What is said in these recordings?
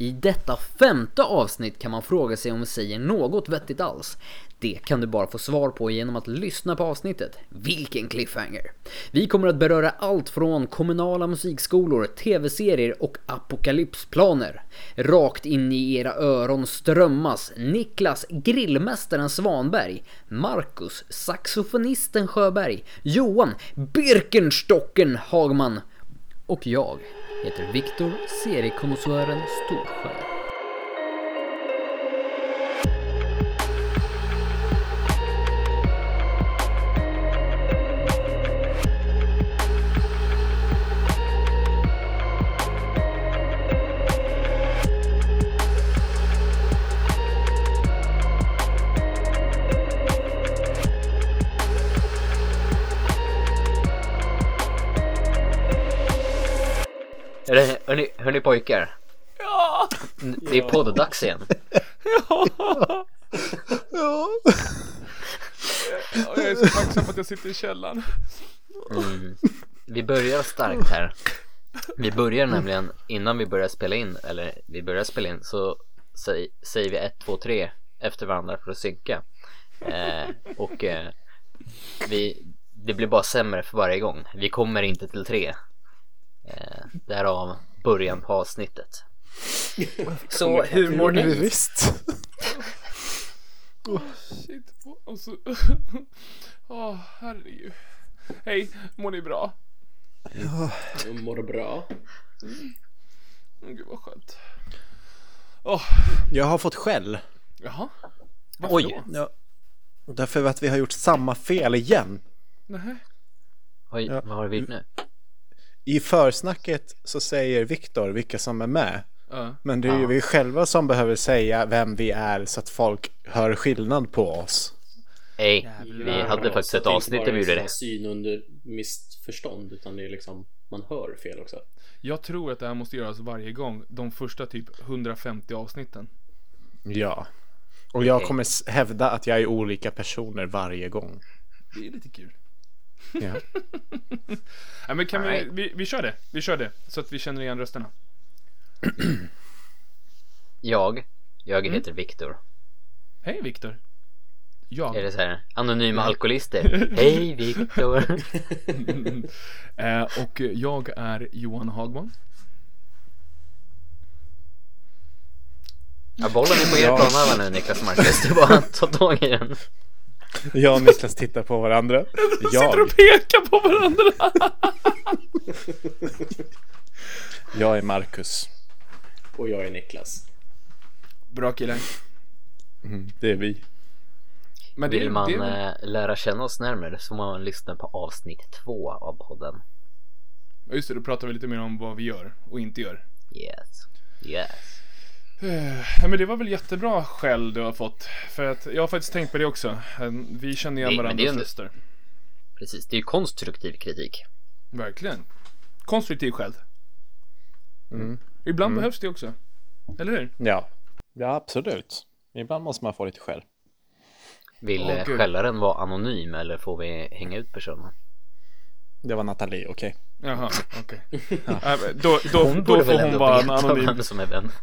I detta 5:e avsnitt kan man fråga sig om vi säger något vettigt alls. Det kan du bara få svar på genom att lyssna på avsnittet. Vilken cliffhanger! Vi kommer att beröra allt från kommunala musikskolor, tv-serier och apokalypsplaner. Rakt in i era öron strömmas Niklas grillmästaren Svanberg, Marcus saxofonisten Sjöberg, Johan Birkenstocken Hagman och jag heter Viktor seriekonnässören Storsjö. Hörni pojkar. Ja. Det är podddags igen. Ja. Jag är så tacksam för att jag sitter i källaren. Vi börjar starkt här. Vi börjar nämligen innan vi börjar spela in. Eller vi börjar spela in så säger vi 1, 2, 3 efter varandra för att synka. Det blir bara sämre för varje gång. Vi kommer inte till 3. Därav början på avsnittet. Så hur mår ni? Visst. Shit. Alltså. Herregud. Hej, mår ni bra? Jag mår bra. Gud vad skönt. Jag har fått skäll. Jaha. Varför Oj. då? Ja, därför att vi har gjort samma fel igen. Nej. Oj, Ja. vad har vi gjort nu? I försnacket så säger Viktor vilka som är med. Men det är ju Ja. vi själva som behöver säga vem vi är så att folk hör skillnad på oss. Vi hade faktiskt ett avsnitt där vi gjorde det. Syn under missförstånd, utan det är liksom man hör fel också. Jag tror att det här måste göras varje gång. De första typ 150 avsnitten. Ja. Och jag Okej. kommer hävda att jag är olika personer varje gång. Det är lite kul. Ja. Nej, men kan Nej. vi kör det. Vi kör det så att vi känner igen rösterna. Jag heter Viktor. Hej Viktor. Är det så här anonyma alkoholister? Hej Viktor. Och jag är Johan Hagman. Ja, bollen är på er planhalva nu, Niklas Marcus. Du bara ta tag i den. Jag och Niklas tittar på varandra. Sitter och pekar på varandra. Jag är Marcus. Och jag är Niklas. Bra killar. Det är vi. Men Vill man lära känna oss närmare så må man lyssna på avsnitt 2 av podden. just det, då pratar vi lite mer om vad vi gör och inte gör. Yes. Men det var väl jättebra skäll du har fått. För att jag har faktiskt tänkt på det också. Vi känner igen Nej, men det är varandras ju röster. Precis, det är ju konstruktiv kritik. Verkligen. Konstruktiv skäll. Ibland behövs det också. Eller hur? Ja, absolut. Ibland måste man få lite skäll. Vill Gud. skällaren vara anonym eller får vi hänga ut personen? Det var Nathalie, okej. Jaha, okej. Då borde får hon vara en anonym. vem som är vem.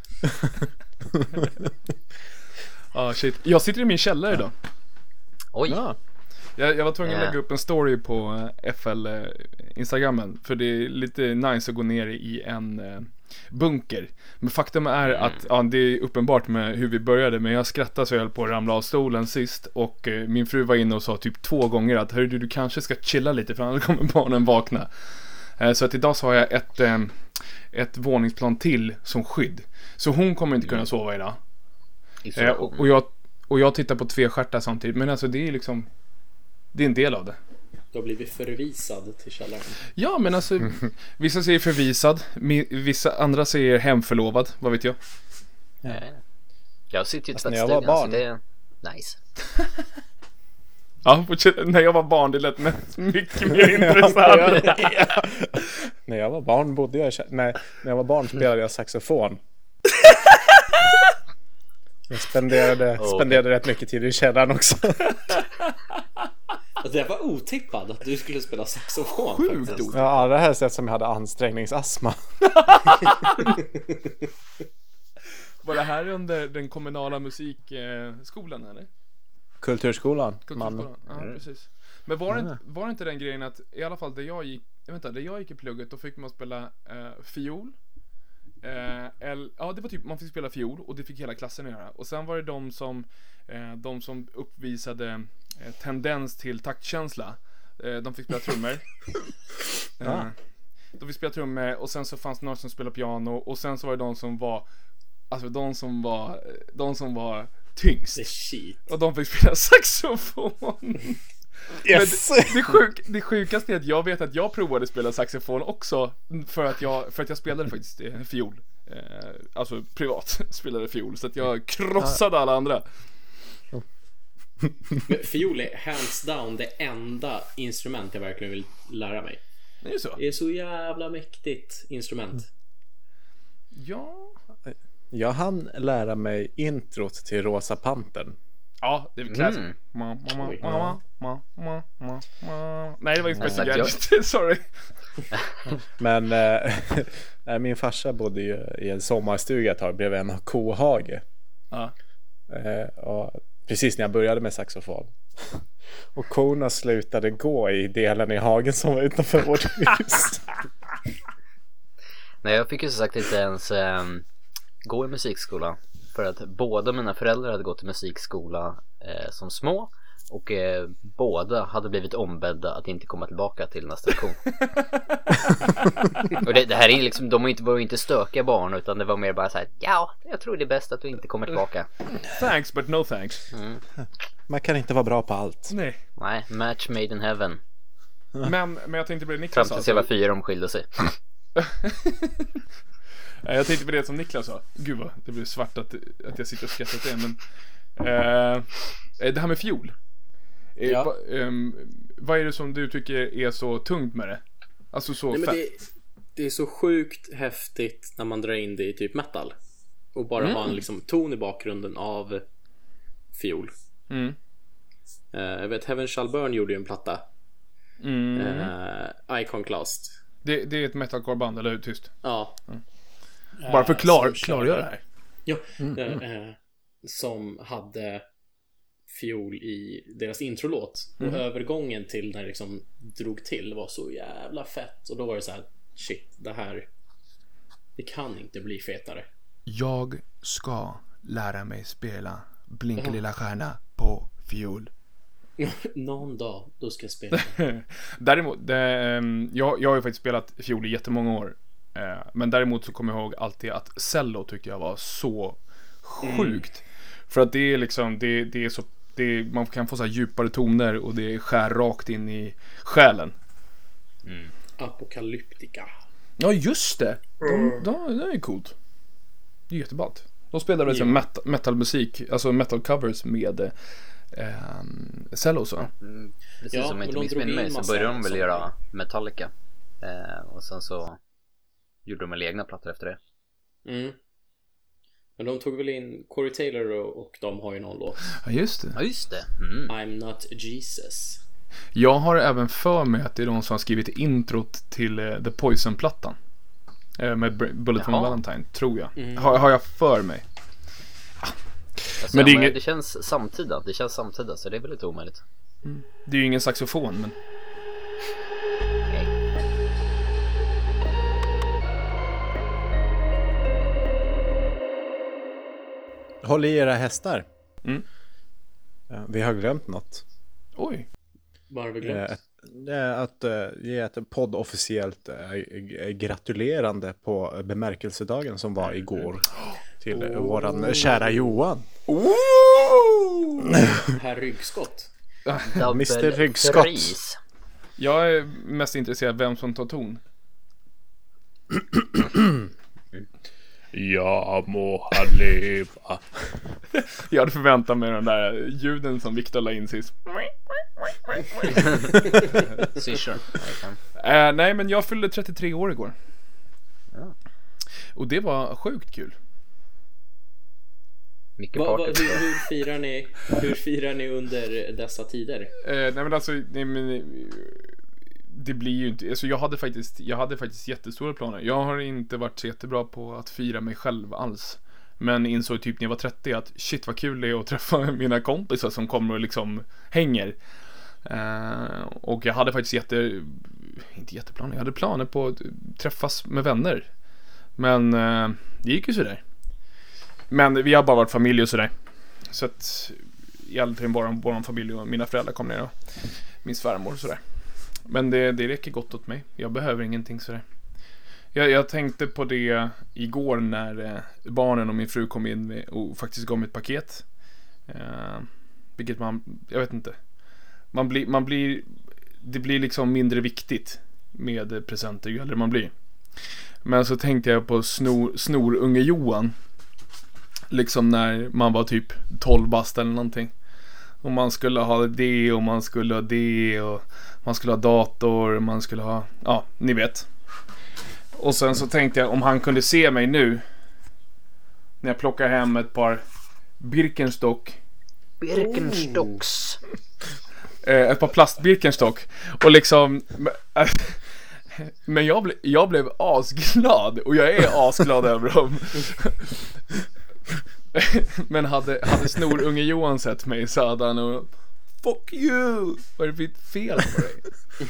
Shit. Jag sitter i min källare idag. Oj, Ja. Jag var tvungen att Ja. lägga upp en story på FL Instagrammen. För det är lite nice att gå ner i en bunker. Men faktum är att det är uppenbart med hur vi började. Men jag skrattade så jag höll på att ramla av stolen sist. Och min fru var inne och sa typ 2 gånger att hörru, du kanske ska chilla lite för annars kommer barnen vakna. Så att idag så har jag ett våningsplan till som skydd. Så hon kommer inte kunna sova idag. Och jag tittar på tvestjärtar samtidigt. Men alltså det är liksom, det är en del av det. Du har blivit förvisad till källaren. Ja, men alltså vissa säger förvisad, vissa andra säger hemförlovad, vad vet jag. Jag sitter ju i Fast när jag var tvättstugan så barn. det är nice. Ja, när jag var barn det lät mycket mer intressant. När jag var barn bodde jag när jag var barn spelade jag saxofon. Jag spenderade rätt mycket tid i källaren också. Det var otippat att du skulle spela saxofon. Sjukt faktiskt. otippat. Ja, allra helst eftersom jag hade ansträngningsastma. Var det här under den kommunala musikskolan eller? Kulturskolan. Ja, precis. Men var det inte den grejen att i alla fall där jag gick i plugget, då fick man spela fiol. Det var typ man fick spela fiol och det fick hela klassen göra. Och sen var det de som uppvisade tendens till taktkänsla. De fick spela trummor. De fick spela trummor och sen så fanns det några som spelade piano och sen så var det de som var tyngst. Det är shit. Och de fick spela saxofon. Yes. Men det sjukaste är att jag vet att jag provade spela saxofon också för att jag spelade faktiskt fiol. Alltså privat spelade fiol, så att jag krossade alla andra. Men fiol är hands down det enda instrument jag verkligen vill lära mig. Det är så. Det är så jävla mäktigt instrument. Ja. Jag hann lära mig introt till Rosa Pantern. Ja, det är classic. Nej, det var inte Special Gadget. Sorry. Men min farsa bodde ju i en sommarstuga ett tag bredvid en kohage. Ja. Och precis när jag började med saxofon. Och korna slutade gå i delen i hagen som var utanför vårt hus. Nej, jag fick ju så sagt inte ens gå i musikskola. För att båda mina föräldrar hade gått i musikskola som små. Och båda hade blivit ombedda att inte komma tillbaka till nästa lektion. Och det här är liksom, de var ju inte stökiga barn, utan det var mer bara så här: ja, jag tror det är bäst att du inte kommer tillbaka. Thanks but no thanks. Man kan inte vara bra på allt. Nej, match made in heaven. men jag tänkte på det Niklas sa. Fram tills jag var 4 de skilde sig. Jag tänkte på det som Niklas sa. Gud vad det blir svart att jag sitter och skrattar åt det. Men det här med fiol. Ja. Vad är det som du tycker är så tungt med det? Alltså så fett. Det är så sjukt häftigt när man drar in det i typ metal. Och bara ha en liksom ton i bakgrunden av fiol. Jag vet, Heaven Shall Burn gjorde ju en platta. Iconoclast. Det är ett metalcore-band, eller hur? Tyst. Ja. Bara klargör det här. Ja, som hade fiol i deras introlåt. Och övergången till när det liksom drog till var så jävla fett. Och då var det så här: shit, det kan inte bli fetare. Jag ska lära mig spela Blinka lilla stjärna på fiol. Någon dag, då ska jag spela. Däremot, jag har ju faktiskt spelat fiol i jättemånga år. Men däremot så kommer jag ihåg alltid att cello tyckte jag var så sjukt. För att det är liksom, det är så, man kan få så här djupare toner och det skär rakt in i själen. Apocalyptica. Ja, just det. Det är coolt. Det är jätteballt. De spelar liksom metalmusik, alltså metal covers med cello så. Precis, som inte minns min mig så började de väl göra Metallica. Och sen så gjorde de väl egna plattor efter det. Men de tog väl in Corey Taylor och de har ju någon låt. Ja, just det. I'm Not Jesus. Jag har även för mig att det är de som har skrivit introt till The Poison-plattan. Med Bullet from Valentine, tror jag. Har jag för mig. Alltså, men det känns samtida. Så det är väl lite omöjligt. Det är ju ingen saxofon, men Håll i era hästar. Vi har glömt något. Oj. Vad har vi glömt? Att ge ett podd officiellt gratulerande på bemärkelsedagen som var igår till våran kära Johan. Herr Ryggskott. Mr. Ryggskott. Jag är mest intresserad av vem som tar ton. Ja, må han leva. Jag hade förväntat mig den där ljuden som Victor la in sist. Nej, men jag fyllde 33 år igår. Och det var sjukt kul. Hur firar ni under dessa tider? Nej, men alltså det blir ju inte, alltså jag hade faktiskt jättestora planer. Jag har inte varit så jättebra på att fira mig själv alls. Men insåg typ när jag var 30 att shit vad kul det är att träffa mina kompisar som kommer och liksom hänger. Och jag hade faktiskt inte jätteplaner, jag hade planer på att träffas med vänner. Men det gick ju sådär. Men vi har bara varit familj och sådär. Så att i all tiden bara vår familj och mina föräldrar kom ner och min svärmor och sådär. Men det räcker gott åt mig. Jag behöver ingenting sådär. Jag tänkte på det igår när barnen och min fru kom in och faktiskt gav mig ett paket. Vilket jag vet inte. Det blir liksom mindre viktigt med presenter ju äldre man blir. Men så tänkte jag på snorunge Johan. Liksom när man var typ 12 bast eller någonting. Och man skulle ha det och man skulle ha det och man skulle ha dator, man skulle ha, ja, ni vet. Och sen så tänkte jag om han kunde se mig nu när jag plockar hem ett par Birkenstocks. Ett par plast Birkenstock. Och liksom men jag blev asglad. Och jag är asglad över dem. Men hade snorunge Johan sett mig så hade han och fuck you. Vad är det för fel på dig?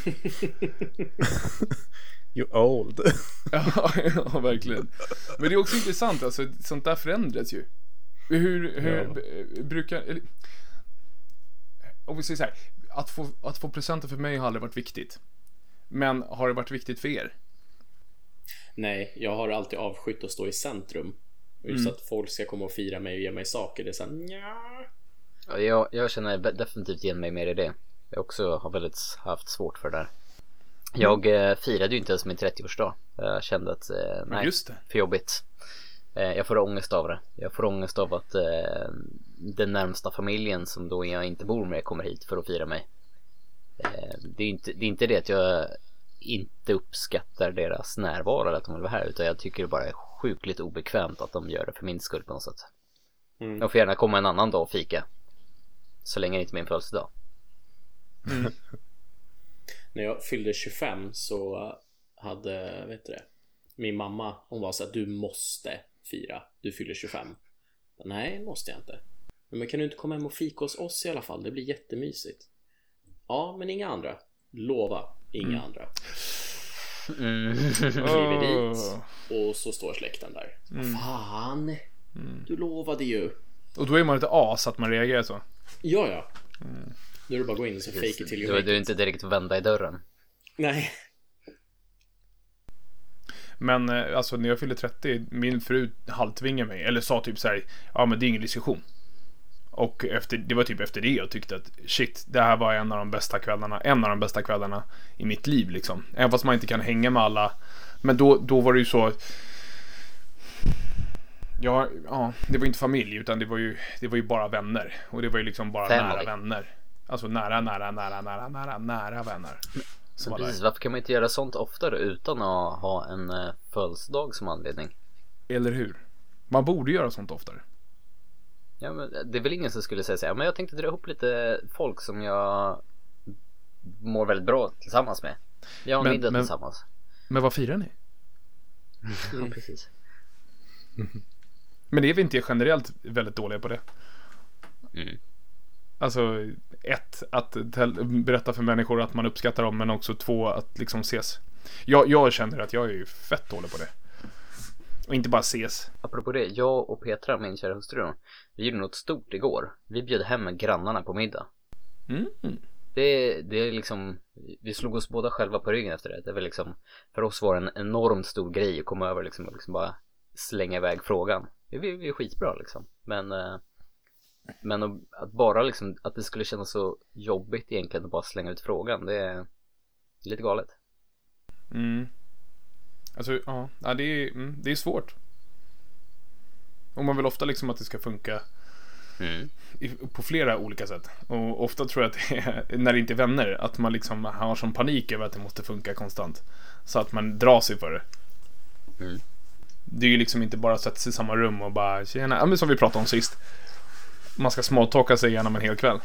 You old. Ja, verkligen. Men det är också intressant, alltså, sånt där förändras ju. Hur brukar, eller, om vi säger så här, att få presenter för mig har aldrig varit viktigt. Men har det varit viktigt för er? Nej, jag har alltid avskytt att stå i centrum. Och just att folk ska komma och fira mig och ge mig saker, det är såhär, nja. Jag känner definitivt igen mig mer i det. Jag också har haft svårt för det där. Jag firade ju inte ens min 30-årsdag. Jag kände att nej, just det. För jobbigt. Jag får ångest av det. Jag får ångest av att den närmsta familjen som då jag inte bor med kommer hit för att fira mig. Det är inte det att jag inte uppskattar deras närvaro eller att de vill vara här, utan jag tycker det bara är sjukligt obekvämt att de gör det för min skull på något sätt. Jag får gärna komma en annan dag och fika, så länge det inte är min födelsedag. När jag fyllde 25 så hade, min mamma, hon var så att du måste fira, du fyller 25. Nej, måste jag inte. Men kan du inte komma hem och fika hos oss i alla fall? Det blir jättemysigt. Ja, men inga andra. Lova, inga andra. Kliver dit och så står släkten där. Fan, du lovade ju. Och då är man lite as att man reagerar så. Ja. Då är det bara att gå in och så fake it till du är inte direkt vända i dörren. Nej. Men alltså när jag fyllde 30, min fru halvtvingade mig, eller sa typ så här: ja men det är ingen diskussion. Och det var typ efter det jag tyckte att shit, det här var en av de bästa kvällarna i mitt liv liksom. Även fast man inte kan hänga med alla. Men då var det ju så. Ja, det var inte familj, utan det var ju bara vänner. Och det var ju liksom bara nära vänner. Alltså nära vänner. Precis, varför kan man inte göra sånt oftare utan att ha en födelsedag som anledning? Eller hur? Man borde göra sånt oftare. Ja, men det är väl ingen som skulle säga så här, men jag tänkte dra ihop lite folk som jag mår väldigt bra tillsammans med. Jag har en middag tillsammans. Men vad firar ni? Ja, precis. Men är vi inte generellt väldigt dåliga på det? Alltså, att berätta för människor att man uppskattar dem, men också 2, att liksom ses. Jag känner att jag är ju fett dålig på det. Och inte bara ses. Apropå det, jag och Petra, min kära hustru, vi gjorde något stort igår. Vi bjöd hem grannarna på middag. Det är liksom, vi slog oss båda själva på ryggen efter det. Det var liksom, för oss var det en enormt stor grej att komma över liksom, och liksom bara slänga iväg frågan. Det är skitbra liksom. Men att bara liksom, att det skulle kännas så jobbigt egentligen att bara slänga ut frågan, det är lite galet. Alltså, ja, det är svårt. Och man vill ofta liksom att det ska funka på flera olika sätt. Och ofta tror jag att det är, när det inte är vänner, att man liksom har som panik över att det måste funka konstant. Så att man drar sig för det. Det är ju liksom inte bara att sätta sig i samma rum och bara tjena, men som vi pratade om sist. Man ska småtalka sig igenom en hel kväll.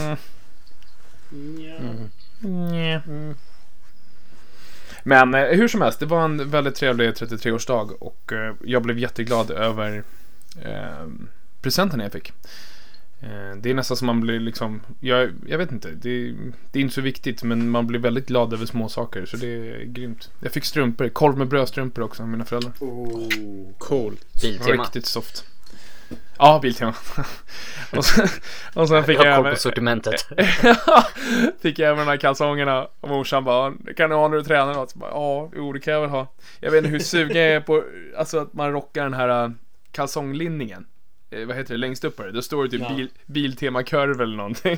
Men hur som helst, det var en väldigt trevlig 33-årsdag. Och jag blev jätteglad över presenterna jag fick. Det är nästan som man blir liksom, jag vet inte, det är inte så viktigt, men man blir väldigt glad över små saker, så det är grymt. Jag fick strumpor, korv med brödstrumpor också av mina föräldrar. Coolt. Biltema. Riktigt soft. Ja, Biltema. och sen fick jag koll på sortimentet. fick jag även de här kalsongerna. Och morsan bara, kan du ha när du tränar något? Så bara, ja, jo, det kan jag väl ha. Jag vet inte hur sugen jag är på, alltså att man rockar den här kalsonglinningen. Vad heter det, längst upp här? Då står det typ Biltema-kurv eller någonting.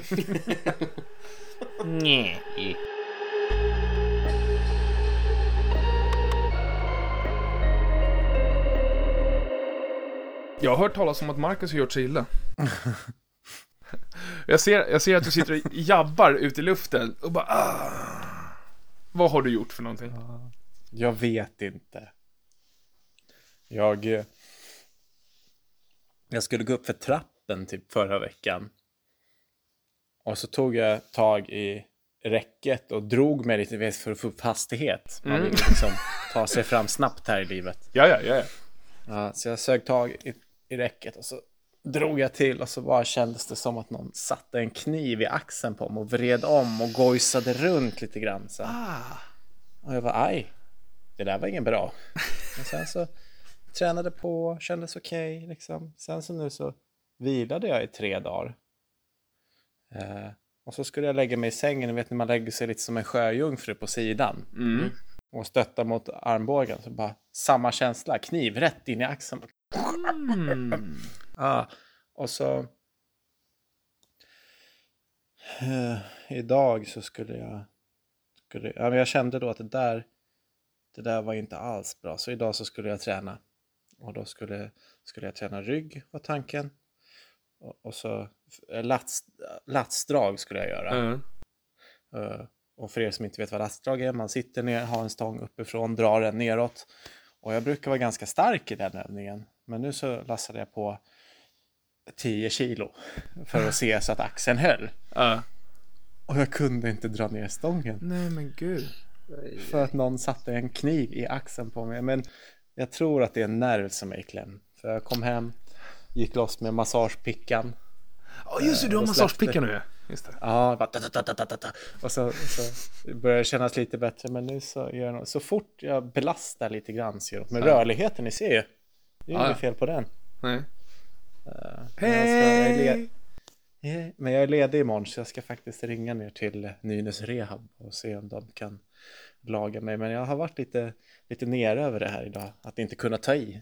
Nej. Jag har hört talas om att Marcus har gjort sig illa. Jag ser att du sitter och jabbar ut i luften och bara Vad har du gjort för någonting? Jag vet inte. Jag skulle gå upp för trappen typ förra veckan. Och så tog jag tag i räcket och drog mig lite för att få upp hastighet. Man vill liksom ta sig fram snabbt här i livet. Ja. Ja, så jag sög tag i räcket och så drog jag till och så bara kändes det som att någon satte en kniv i axeln på mig och vred om och gojsade runt lite grann. Så. Och jag var aj, det där var ingen bra. Men sen så tränade på, kändes okej, liksom. Sen så nu så vilade jag i 3 dagar. Och så skulle jag lägga mig i sängen, och vet ni, man lägger sig lite som en sjöjungfru på sidan. Och stötta mot armbågen, så bara samma känsla, kniv rätt in i axeln. Och så idag så men jag kände då att det där var inte alls bra. Så idag så skulle jag träna. Och då skulle jag träna rygg, var tanken. Och så latsdrag skulle jag göra. Och för er som inte vet vad latsdrag är, man sitter ner, har en stång uppifrån, drar den neråt. Och jag brukar vara ganska stark i den övningen. Men nu så lastade jag på 10 kilo för att se så att axeln höll. Och jag kunde inte dra ner stången. Nej men gud. För att någon satte en kniv i axeln på mig. Men jag tror att det är en nerv som är i kläm. För jag kom hem, gick loss med massagepickan. Just det, du har massagepickan nu. Just det. Ja, bara och så börjar det kännas lite bättre. Men nu så gör jag något. Så fort jag belastar lite grann så gör det. Men rörligheten, ni ser ju. Det är inget fel på den. Nej. Men jag är ledig imorgon, så jag ska faktiskt ringa ner till Nynäs Rehab och se om de kan laga mig. Men jag har varit lite nere över det här idag, att inte kunna ta i.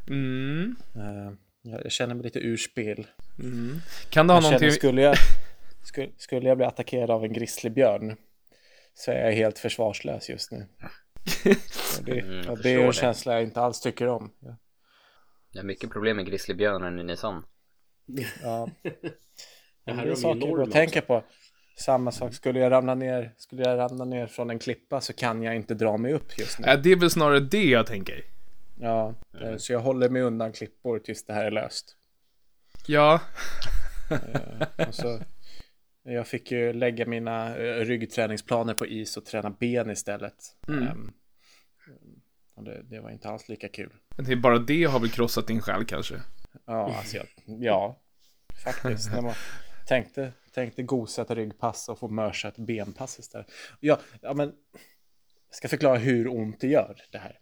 Jag känner mig lite ur spel. Kan du ha någonting... Skulle jag bli attackerad av en grizzlybjörn, så är jag helt försvarslös just nu. Det är en känsla jag inte alls tycker om. Det är mycket problem med grizzlybjörnen i Nynäshamn. Ja. Det här Det är saker att tänka på. Samma sak, skulle jag ramla ner från en klippa, så kan jag inte dra mig upp just nu. Det är väl snarare det jag tänker. Ja, så jag håller mig undan klippor tills det här är löst. Ja. Och så, jag fick ju lägga mina ryggträningsplaner på is och träna ben istället. Och det var inte alls lika kul. Det är bara det har väl krossat din själ kanske. Ja, alltså faktiskt. När man tänkte gosa ett ryggpass och få mörsa ett benpass istället. Ja, men jag ska förklara hur ont det gör det här.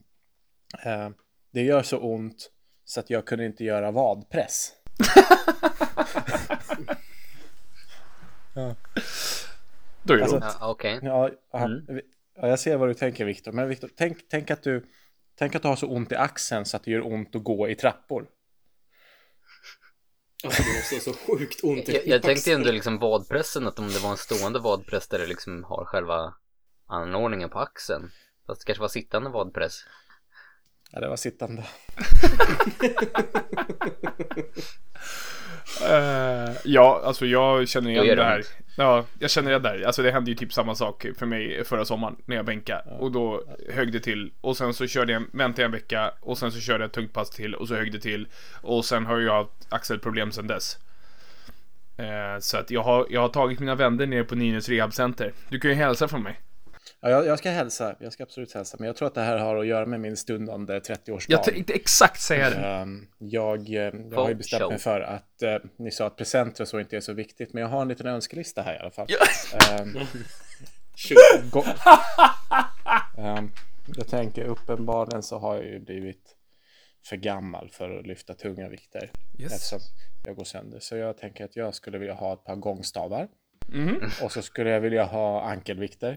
Det gör så ont så att jag kunde inte göra vadpress. Då är det Alltså, ont. Okej. Ja, jag ser vad du tänker, Viktor. Men Viktor, tänk att du har så ont i axeln så att det gör ont att gå i trappor. Alltså, det måste vara så sjukt ont i Jag tänkte ju ändå liksom vadpressen, att om det var en stående vadpress där det liksom har själva anordningen på axeln. Fast det kanske var sittande vadpress. Ja, det var sittande. Ja, alltså jag känner igen gör det det här. ont. Ja, jag känner igen det här. Alltså det hände ju typ samma sak för mig förra sommaren när jag bänkade. Och då högg det till. Och sen så väntade jag en vecka. Och sen så körde jag ett tungt pass till. Och så högg det till. Och sen har jag haft axelproblem sen dess. Så att jag har tagit mina vänner ner på Nynäs Rehabcenter. Du kan ju hälsa från mig. Ja, jag ska hälsa. Jag ska absolut hälsa. Men jag tror att det här har att göra med min stundande 30-årsdag. Jag tänkte exakt säga det. Jag har ju bestämt mig för att ni sa att presenter och så inte är så viktigt. Men jag har en liten önskelista här i alla fall. Jag tänker uppenbarligen så har jag ju blivit för gammal för att lyfta tunga vikter. Yes. Eftersom jag går sönder. Så jag tänker att jag skulle vilja ha ett par gångstavar. Och så skulle jag vilja ha ankelvikter.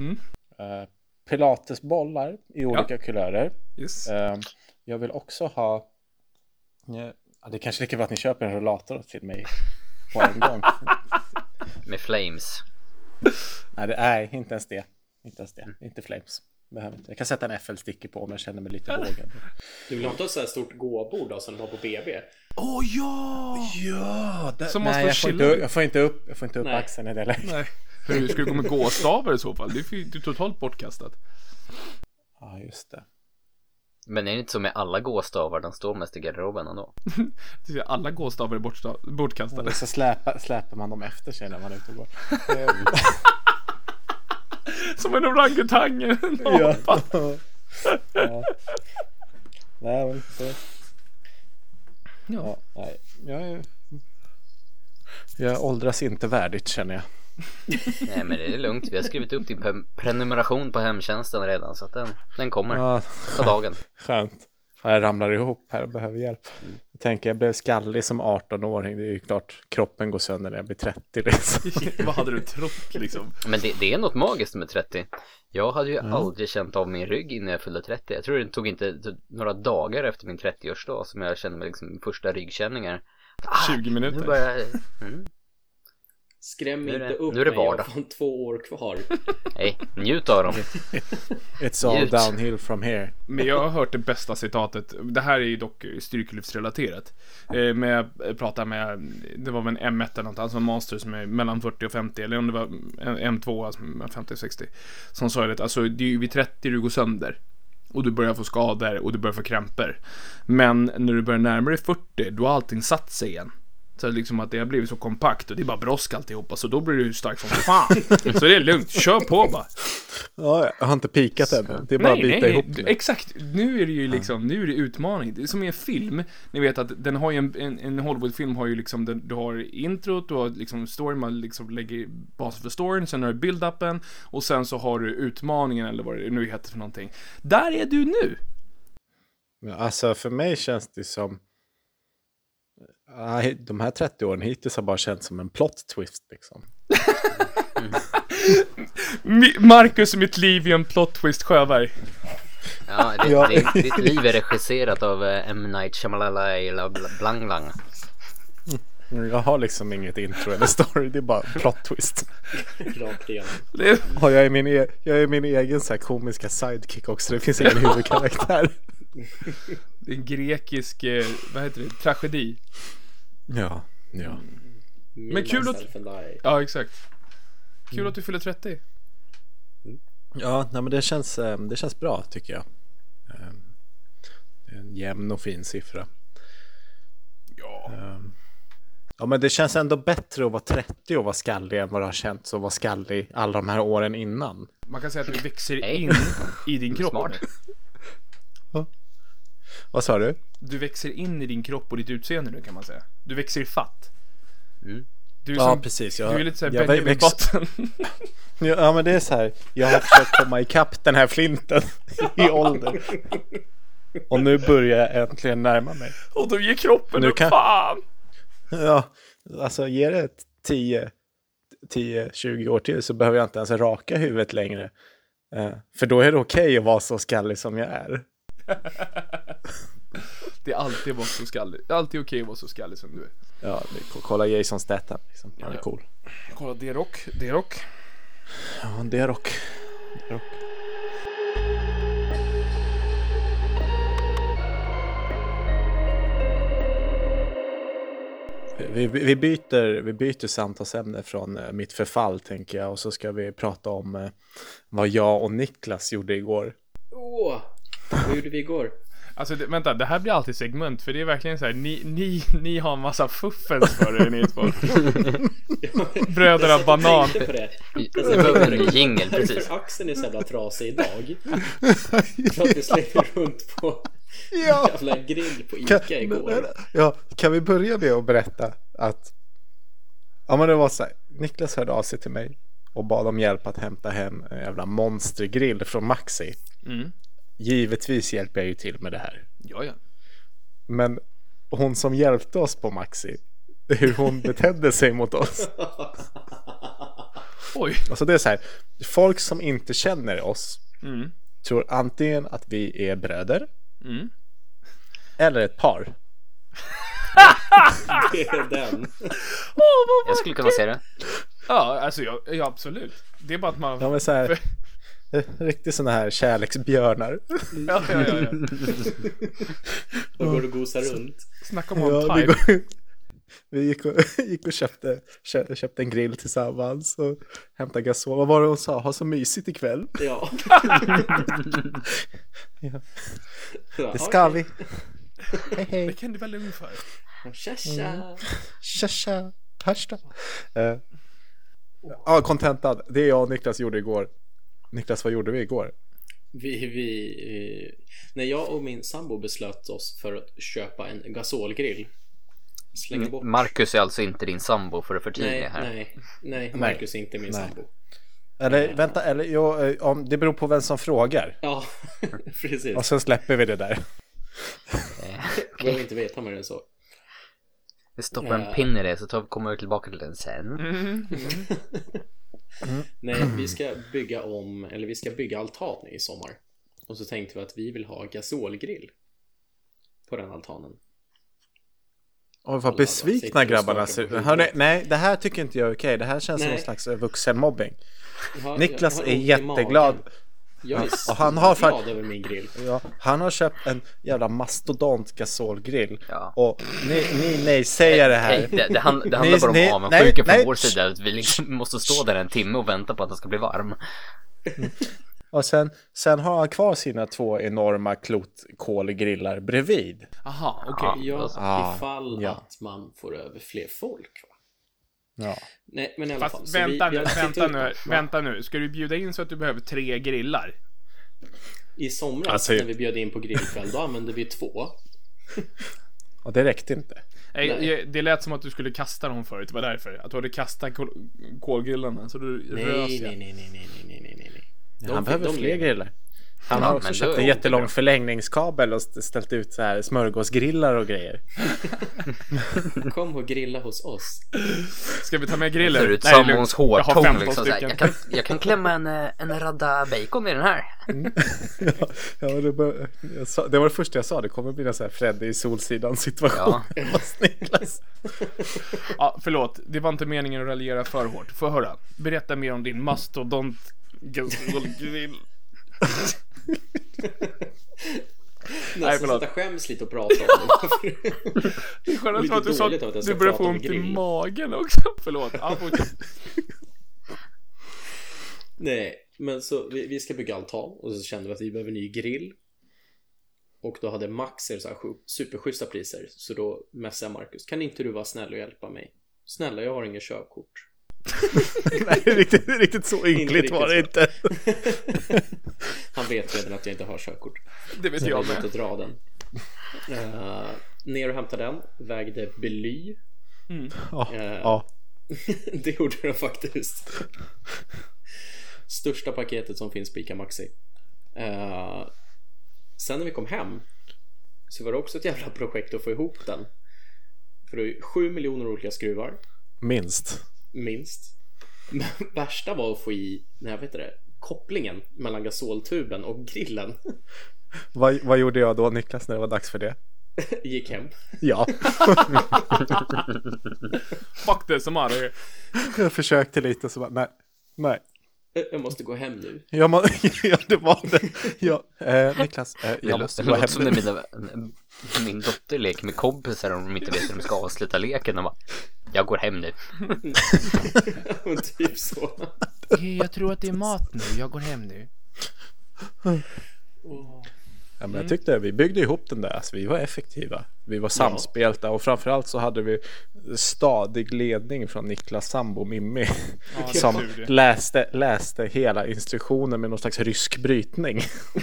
Pilatesbollar i olika kulörer. Yes. Jag vill också ha... Ja, det är kanske lika bra att ni köper en rollator till mig på en gång. Med flames. Nej, inte ens det. Inte flames. Behöver inte. Jag kan sätta en FL-sticker på om jag känner mig lite vågad. Du vill inte ha så här stort gåbord då, som du har på BB? Ja! Nej, jag får inte upp axeln i det läget. Nej. Hur ska du gå med gåstavar i så fall? Det är ju totalt bortkastat. Ja, just det. Men är det inte så med alla gåstavar? De står mest i garderoben ändå. Alla gåstavar är bortkastade. Och så släpar man dem efter sig när man är ute och går. Som en orangutang. Ja. Nej, men så. Ja, nej. Jag åldras inte värdigt, känner jag. Nej, men det är lugnt. Vi har skrivit upp din prenumeration på hemtjänsten redan. Så att den kommer på dagen. Skönt. Jag ramlar ihop här och behöver hjälp. Jag blev skallig som 18-åring. Det är ju klart, kroppen går sönder när jag blir 30 liksom. Vad hade du trott liksom? Men det är något magiskt med 30. Jag hade ju aldrig känt av min rygg innan jag fyllde 30. Jag tror det tog inte några dagar efter min 30-årsdag som jag kände mig liksom första ryggkänningar. 20 minuter. Nu börjar Skräm inte upp nu är det mig, jag vardag. har 2 år kvar. Nej, njut av dem. It's all downhill from here. Men jag har hört det bästa citatet. Det här är ju dock styrkelyftsrelaterat. Men jag pratade med, det var väl en M1 eller något, alltså en master som är mellan 40 och 50, eller om det var en M2, alltså 50-60, som sa det, alltså det är ju vid 30 du går sönder. Och du börjar få skador och du börjar få krämpor. Men när du börjar närma dig 40, då har allting satt sig igen. Så liksom att det har blivit så kompakt och det är bara brosk alltihopa. Så då blir du stark som fan. Så det är lugnt, kör på bara. Ja, jag har inte pikat än. Det är bara att bita ihop nu. Exakt, nu är det ju liksom, nu är det utmaning. Det är som i en film. Ni vet att den har ju en Hollywood-film har ju liksom, du har introt, du har liksom storyn, man liksom lägger basen för storyn, sen har du build-upen och sen så har du utmaningen eller vad det nu heter för någonting. Där är du nu. Alltså för mig känns det som de här 30 åren hittills har bara känts som en plot twist liksom. Marcus, mitt liv är en plot twist, Sjöberg. Ja, ditt liv är regisserat av M. Night Shyamalan blang blang. Jag har liksom inget intro eller story, det är bara plot twist. Rakt igen. Och jag är min egen så här komiska sidekick också. Det finns ingen huvudkaraktär. Det är en grekisk, vad heter det, tragedi. Ja. Men kul att... Ja, exakt. Kul att du fyller 30. Ja, nej, men det känns bra tycker jag. Det är en jämn och fin siffra. Ja. Ja, men det känns ändå bättre att vara 30 och vara skallig än vad det har känts att vara skallig alla de här åren innan. Man kan säga att du växer in i din kropp. Smart. Vad sa du? Du växer in i din kropp och ditt utseende nu, kan man säga. Du växer i fatt. Du är Ja, precis. Du är lite såhär Benjamin Button. Ja, men det är så här. Jag har försökt komma ikapp den här flinten i ålder. Och nu börjar jag äntligen närma mig. Och då ger kroppen nu upp, fan! Ja, alltså ger det 10-20 år till så behöver jag inte ens raka huvudet längre. För då är det okej att vara så skallig som jag är. Det är alltid vara så skallig. Det är alltid okej att vara så skallig som du är. Ja, kolla Jason Statham liksom. Han är cool. Kolla D-Rock. Ja, D-Rock. Vi byter samtalsämne från mitt förfall, tänker jag. Och så ska vi prata om vad jag och Niklas gjorde igår. Vad gjorde vi igår? Alltså vänta, det här blir alltid segment. För det är verkligen så här, ni har en massa fuffens för er, ni två. Bröderna banan. Jag tänkte på det. Det behöver en jingle, precis. För axeln är så jävla trasig idag. För att vi slängde runt på Ja. jävla grill på Ica igår. Ja, kan vi börja med att berätta att men det var så här, Niklas hörde av sig till mig och bad om hjälp att hämta hem en jävla monstergrill från Maxi. Givetvis hjälper jag ju till med det här. Ja. Men hon som hjälpte oss på Maxi, hur hon betedde sig mot oss. Oj. Alltså det är så här, folk som inte känner oss tror antingen att vi är bröder eller ett par. Det är den. Jag skulle kunna se det. Ja, alltså ja, absolut. Det är bara att man... De är så här riktigt såna här kärleksbjörnar. Ja. Och går och gosar runt. Snacka om on time. Vi gick och köpte en grill tillsammans och hämtade gasol. Vad var det hon sa? Ha så mysigt ikväll. Ja. Ja. Ja, Det ska okej. vi. Hej. Det kan du väl ungefär. Tja. Tja. Hörs då. Kontentad. Det jag och Niklas gjorde igår. Niklas, vad gjorde vi igår? När jag och min sambo beslöt oss för att köpa en gasolgrill, slänga bort. Marcus är alltså inte din sambo, för att förtydliga här. Nej, Marcus är inte min sambo. Eller vänta, om det beror på vem som frågar. Ja, precis. Och sen släpper vi det där. Behöver inte veta mer än så. Vi stoppar en pin i det, så kommer vi tillbaka till den sen. Nej, vi ska bygga altan i sommar. Och så tänkte vi att vi vill ha gasolgrill på den altanen. Och vad besvikna grabbarna ser ut. Hörrni, nej, det här tycker inte jag är okej. Det här känns som någon slags vuxenmobbing. Niklas är jätteglad. Jag är och han har glad över min grill. Ja, han har köpt en jävla mastodont gasolgrill. Ja. Och ni säger det här. Det handlar bara om avundsjuka från vår sida. Att vi liksom måste stå där en timme och vänta på att den ska bli varm. Och sen har han kvar sina 2 enorma klotkolgrillar bredvid. Aha, okej. Ja, ifall att man får över fler folk, va? Ja. Nej, men i alla fall. Fast Så vänta nu. Ska du bjuda in så att du behöver 3 grillar? I somras Alltså, när vi bjöd in på grillkväll, då använde vi 2. Och det räckte inte. Nej. Det lät som att du skulle kasta dem förut. Det var därför. Att du hade kastat kolgrillarna. Så du rös. Nej. Han behöver fler grillar. Han har också köpt en jättelång förlängningskabel och ställt ut så här smörgåsgrillar och grejer. Kom och grilla hos oss. Ska vi ta med grillar? Det ser ut sambons hårtång liksom. Jag kan klämma en radda bacon i den här. Det var det första jag sa. Det kommer bli en sån här Freddy i Solsidan situation. Ja, förlåt. Det var inte meningen att raljera för hårt. Få höra. Berätta mer om din mastodont gasolgrill. Nej, förlåt. Jag skäms lite att prata om det. Det är skönt att du sa att du börjar få ont i magen också. Förlåt. Nej, men så vi ska bygga altan. Och så kände vi att vi behöver en ny grill. Och då hade Maxer så här superschyssta priser. Så då messade jag Marcus: kan inte du vara snäll och hjälpa mig? Snälla, jag har ingen körkort. Nej, riktigt så ynkligt var det inte. Han vet redan att jag inte har körkort. Det vet så jag med. Inte dra den. Ner och hämta den. Vägde bly. Det gjorde den faktiskt. Största paketet som finns på Ica Maxi. Sen när vi kom hem så var det också ett jävla projekt att få ihop den. För det är 7 miljoner olika skruvar. Minst. Men värsta var att få i, kopplingen mellan gasoltuben och grillen. Vad gjorde jag då, Niklas, när det var dags för det? Gick hem. Ja. Fuck det som är det. Jag försökte lite så bara, nej. Jag måste gå hem nu. Ja, det var det. Ja, Niklas, jag måste gå hem nu. Som min dotter leker med kompisar och de inte vet hur de ska avsluta leken. Och bara, jag går hem nu. Typ så. Jag tror att det är mat nu. Jag går hem nu. Ja, men jag tyckte vi byggde ihop den där, alltså, vi var effektiva, vi var samspelta och framförallt så hade vi stadig ledning från Niklas sambo Mimmi som läste hela instruktionen med någon slags rysk brytning.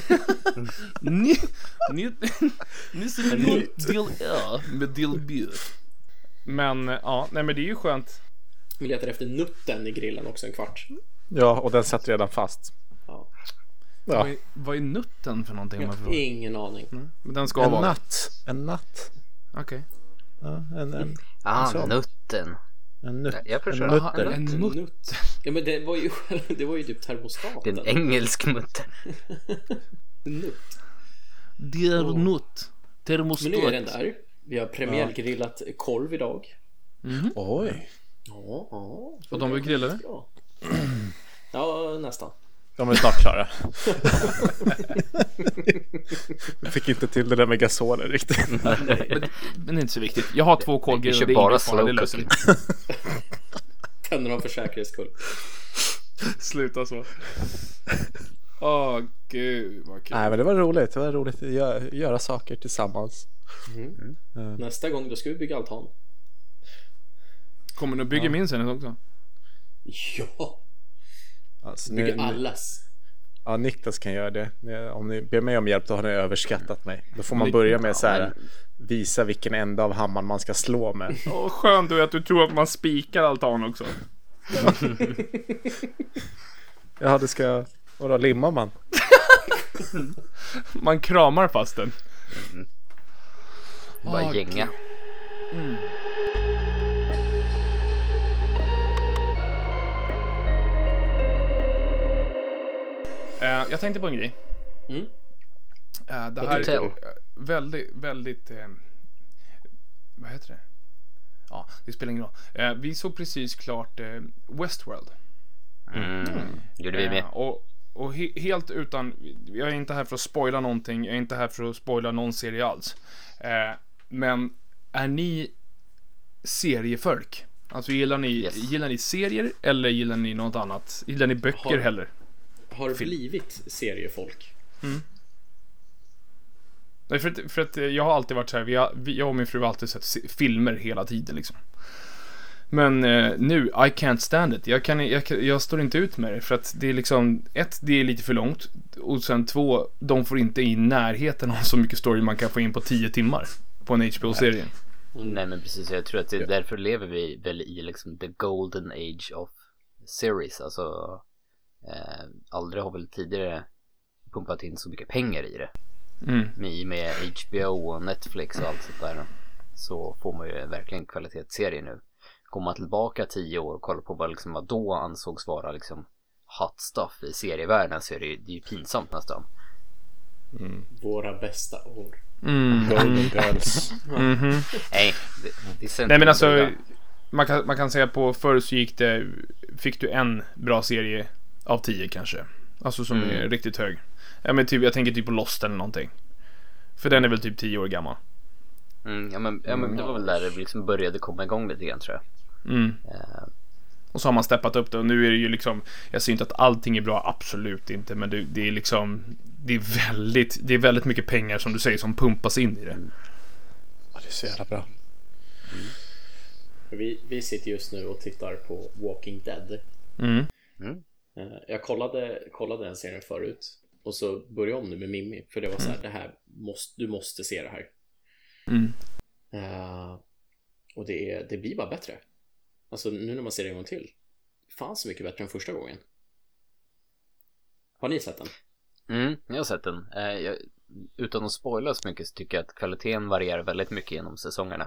Men ja, nej men det är ju skönt. Vi letar efter nutten i grillen också en kvart. Ja, och den satt redan fast. Ja. Ja. Vad är nutten för någonting? Jag har ingen aning. Men den ska vara En natt. Okej. Ja, en nutten. En nutt. Jag förstår. En nutt. Ja, men det var ju typ termostaten. Det är en engelsk mutter. Nutt. Det är nutt. Termostat. Men nu är den där. Vi har premiärgrillat korv idag. Oj. Ja. Och de var grillade? Ja, nästan. De är snart klara. Vi fick inte till det där med gasolen riktigt. Men det är inte så viktigt. Jag har 2 kolgrill. Vi kör bara slow cooking. Tänder dem för säkerhets skull. Sluta så. Gud vad kul. Nej, men det var roligt. Det var roligt att göra saker tillsammans. Nästa gång då ska vi bygga altan. Kommer du bygga min sen också? Ja. Alltså, Bygga allas. Ja, Niklas kan göra det. Om ni ber mig om hjälp då har ni överskattat mig. Då får man börja med så här visa vilken ände av hammaren man ska slå med. Skönt då att du tror att man spikar altan också. Ja, det ska... Och då limmar man. Man kramar fast den. Bara gänga. Jag tänkte på en grej. Det här är väldigt vad heter det? Ja, det spelar ingen roll. Vi såg precis klart Westworld. Gjorde vi med. Och helt utan, jag är inte här för att spoila någonting. Jag är inte här för att spoila någon serie alls. Men är ni seriefolk? Alltså gillar ni serier eller gillar ni något annat? Gillar ni böcker heller? Har blivit seriefolk. Nej, för att jag har alltid varit så här. Jag och min fru har alltid sett filmer hela tiden liksom. Men nu, I can't stand it. Jag står inte ut med det. För att det är liksom, det är lite för långt. Och sen 2, de får inte i närheten av så mycket story man kan få in på 10 timmar på en HBO-serie. Nej, men precis, jag tror att därför lever vi väl i liksom the golden age of series. Alltså aldrig har väl tidigare pumpat in så mycket pengar i det. Med HBO och Netflix och allt sånt där, så får man ju verkligen kvalitetsserier nu. Kommer man tillbaka 10 år och kollar på vad då ansågs vara liksom hot stuff i serievärlden, så är det är ju pinsamt nästan. Våra bästa år. Golden Girls. Nej, nej, men alltså man kan säga på förr så fick du en bra serie av 10 kanske. Alltså som är riktigt hög. Ja, men typ, jag tänker typ på Lost eller någonting. För den är väl typ 10 år gammal. Ja, men det var väl där det liksom började komma igång lite grann, tror jag. Och så har man steppat upp det. Och nu är det ju liksom, jag ser inte att allting är bra, absolut inte. Men det är liksom, det är väldigt mycket pengar som du säger som pumpas in i det. Ja, det är så jävla bra. Vi sitter just nu och tittar på Walking Dead. Jag kollade den serien förut. Och så började jag om nu med Mimmi. För det var så här, du måste se det här. Och det blir bara bättre. Alltså nu när man ser det en gång till, fan så mycket bättre än första gången. Har ni sett den? Jag har sett den. Utan att spoila så mycket så tycker jag att kvaliteten varierar väldigt mycket genom säsongerna.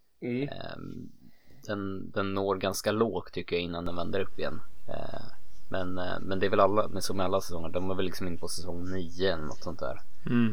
Den når ganska lågt tycker jag innan den vänder upp igen. Men det är väl som med alla säsonger, de är väl liksom in på säsong 9 eller något sånt där.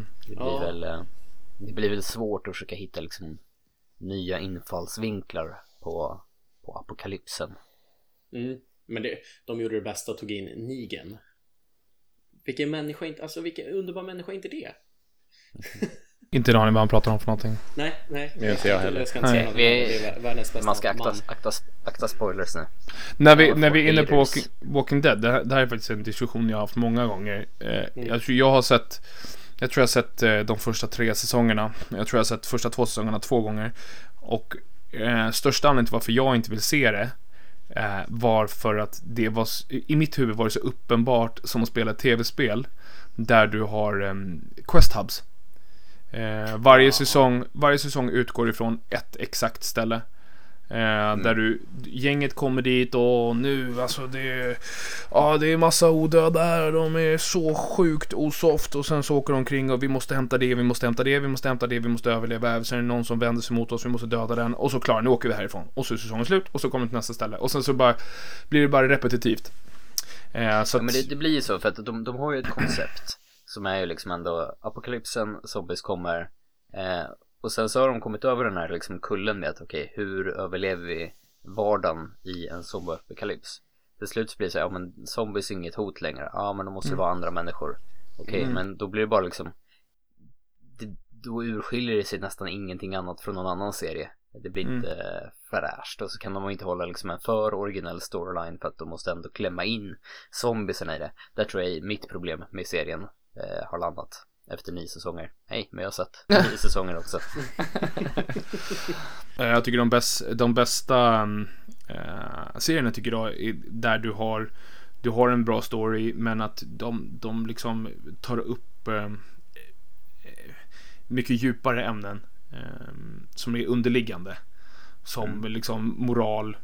Det blir väl svårt att försöka hitta liksom nya infallsvinklar på apokalypsen. Men de gjorde det bästa och tog in Negan. Vilken underbar människa är inte det? Inte en aning vad han pratar om för någonting. Nej. Inte jag heller. Jag ska inte säga något. Det är världens bästa. Man ska akta spoilers nu. När vi är inne på Walking Dead, det här är faktiskt en diskussion jag har haft många gånger. Jag har sett Jag tror jag har sett de första 3 säsongerna. Jag tror jag har sett första 2 säsongerna 2 gånger. Och största anledningen till varför jag inte vill se det var för att det var, i mitt huvud var det så uppenbart som att spela ett tv-spel där du har quest hubs. Varje säsong utgår ifrån ett exakt ställe. Där gänget kommer dit och nu alltså det är massa odöda här, de är så sjukt osoft, och sen så åker de omkring och vi måste hämta det, vi måste överleva, sen är det någon som vänder sig mot oss, vi måste döda den, och så klar, nu åker vi härifrån, och så är säsongen slut, och så kommer vi till nästa ställe, och sen så bara blir det bara repetitivt. Så men det blir ju så, för att de har ju ett koncept som är ju liksom ändå apokalypsen, zombies kommer, och sen så har de kommit över den här liksom kullen med att okej, hur överlever vi vardagen i en zombie-apokalyps? Till slut blir det så här, ja men zombies är inget hot längre. Ja men de måste vara andra människor. Okej, men då blir det bara liksom då urskiljer det sig nästan ingenting annat från någon annan serie. Det blir inte fräscht, och så kan de inte hålla liksom en för originell storyline för att de måste ändå klämma in zombiesarna i det. Där tror jag mitt problem med serien har landat. Efter 9 säsonger. Nej, men jag har sett 9 säsonger också. Jag tycker de bästa serierna tycker jag är där du har en bra story, men att de liksom tar upp mycket djupare ämnen som är underliggande, som liksom moral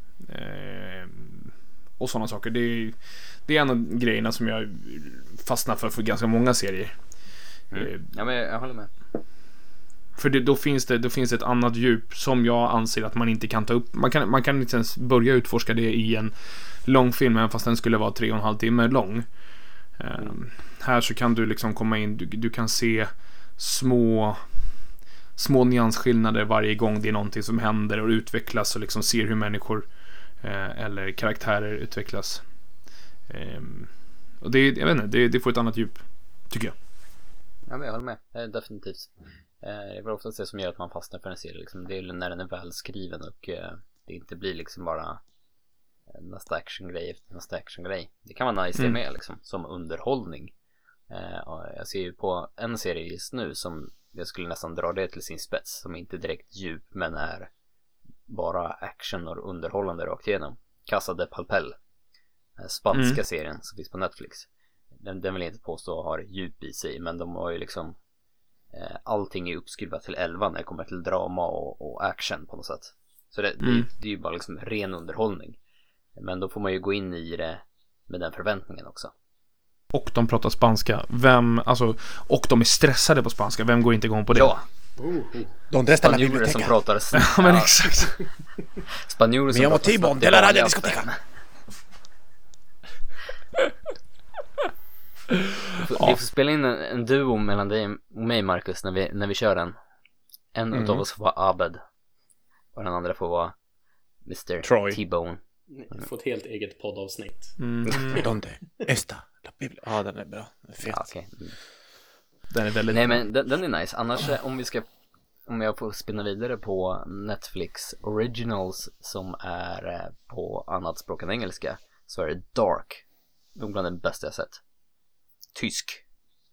och sådana saker. Det är en av grejerna som jag fastnar för ganska många serier. Ja, men jag håller med. För då finns det ett annat djup som jag anser att man inte kan ta upp. Man kan inte ens börja utforska det i en lång film, även fast den skulle vara 3,5 timmar lång. Här så kan du liksom komma in, du kan se små nyansskillnader varje gång det är någonting som händer och utvecklas, och liksom ser hur människor eller karaktärer utvecklas. Och jag vet inte, det får ett annat djup, tycker jag. Ja, men jag håller med, definitivt. Det är oftast det som gör att man fastnar för en serie liksom. Det är när den är välskriven och det inte blir liksom bara nästa actiongrej efter nästa actiongrej. Det kan vara nice det med liksom, som underhållning. Och jag ser ju på en serie just nu som jag skulle nästan dra det till sin spets, som inte är direkt djup men är bara action och underhållande rakt igenom. Casa de Papel, spanska serien som finns på Netflix. Den vill jag inte påstå har djup i sig, men de har ju liksom allting är uppskruvat till 11 när det kommer till drama och action på något sätt. Så det är ju bara liksom ren underhållning. Men då får man ju gå in i det med den förväntningen också. Och de pratar spanska. Och de är stressade på spanska. Vem går inte igång på det? Ja. Spanjorer som pratar ja, men exakt. Spanjorer som pratar snabbt de la radio discoteca. Vi får spela in en duo mellan dig och mig, Marcus, när vi kör den. En av oss får vara Abed och den andra får vara Mr. Troy. T-Bone. Få ett helt eget poddavsnitt. Donde esta la Biblia. Ja, den är bra. Den är fet. Ja, okay. Den är väldigt... Nej, men den är nice. Annars om jag får spinna vidare på Netflix Originals som är på annat språk än engelska, så är det Dark. Nog bland den bästa jag sett. Tysk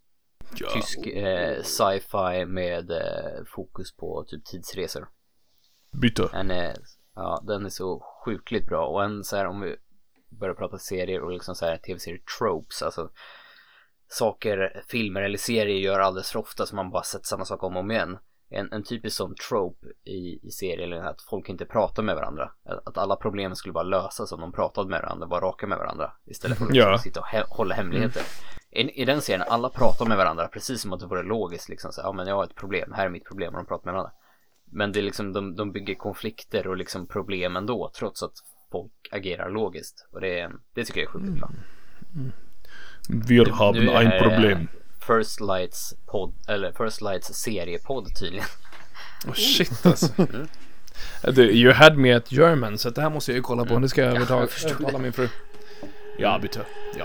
sci-fi med fokus på typ tidsresor. Byte. Den är så sjukligt bra. Och en så här, om vi börjar prata serier och liksom så här tv-serier tropes, alltså saker filmer eller serier gör alldeles för ofta, så man bara sett samma sak om och om igen. En typisk sån trope i serier är att folk inte pratar med varandra. Att alla problem skulle bara lösas om de pratade med varandra, bara raka med varandra, istället för att sitta och hålla hemligheter. I den serien, alla pratar med varandra precis som att det vore logiskt liksom, så, ja men jag har ett problem, här är mitt problem, och de pratar med varandra. Men det är liksom, de bygger konflikter och liksom problem ändå, trots att folk agerar logiskt. Och det tycker jag är sjukt bra. Vi har ett problem. First Lights seriepodd tydligen. Oh shit alltså. You had me at German, så det här måste jag ju kolla på. Det ska jag övertala min fru. Ja, bitte. Ja.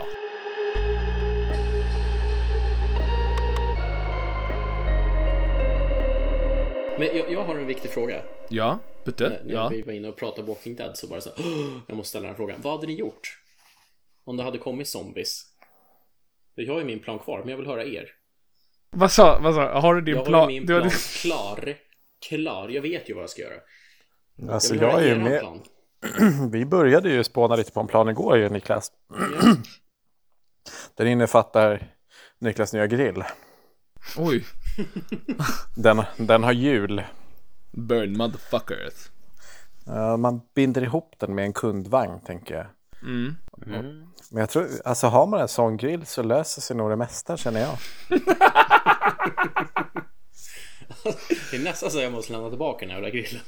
Men jag har en viktig fråga. Ja, bitte. När vi var inne och pratade Walking Dead så bara så jag måste ställa den här frågan. Vad hade ni gjort om det hade kommit zombies? Jag har ju min plan kvar, men jag vill höra er. Vad sa? Har du din Jag plan? har min plan klar. Jag vet ju vad jag ska göra. Alltså vill höra jag är ju eran med. plan. Vi började ju spåna lite på en plan igår ju, Niklas. Den innefattar Niklas nya grill. Oj. Den har hjul. Burn motherfuckers. Man binder ihop den med en kundvagn, tänker jag. Men jag tror, alltså har man en sån grill så löser sig nog det mesta, känner jag. Det är nästan så jag måste lämna tillbaka den här jävla grillen.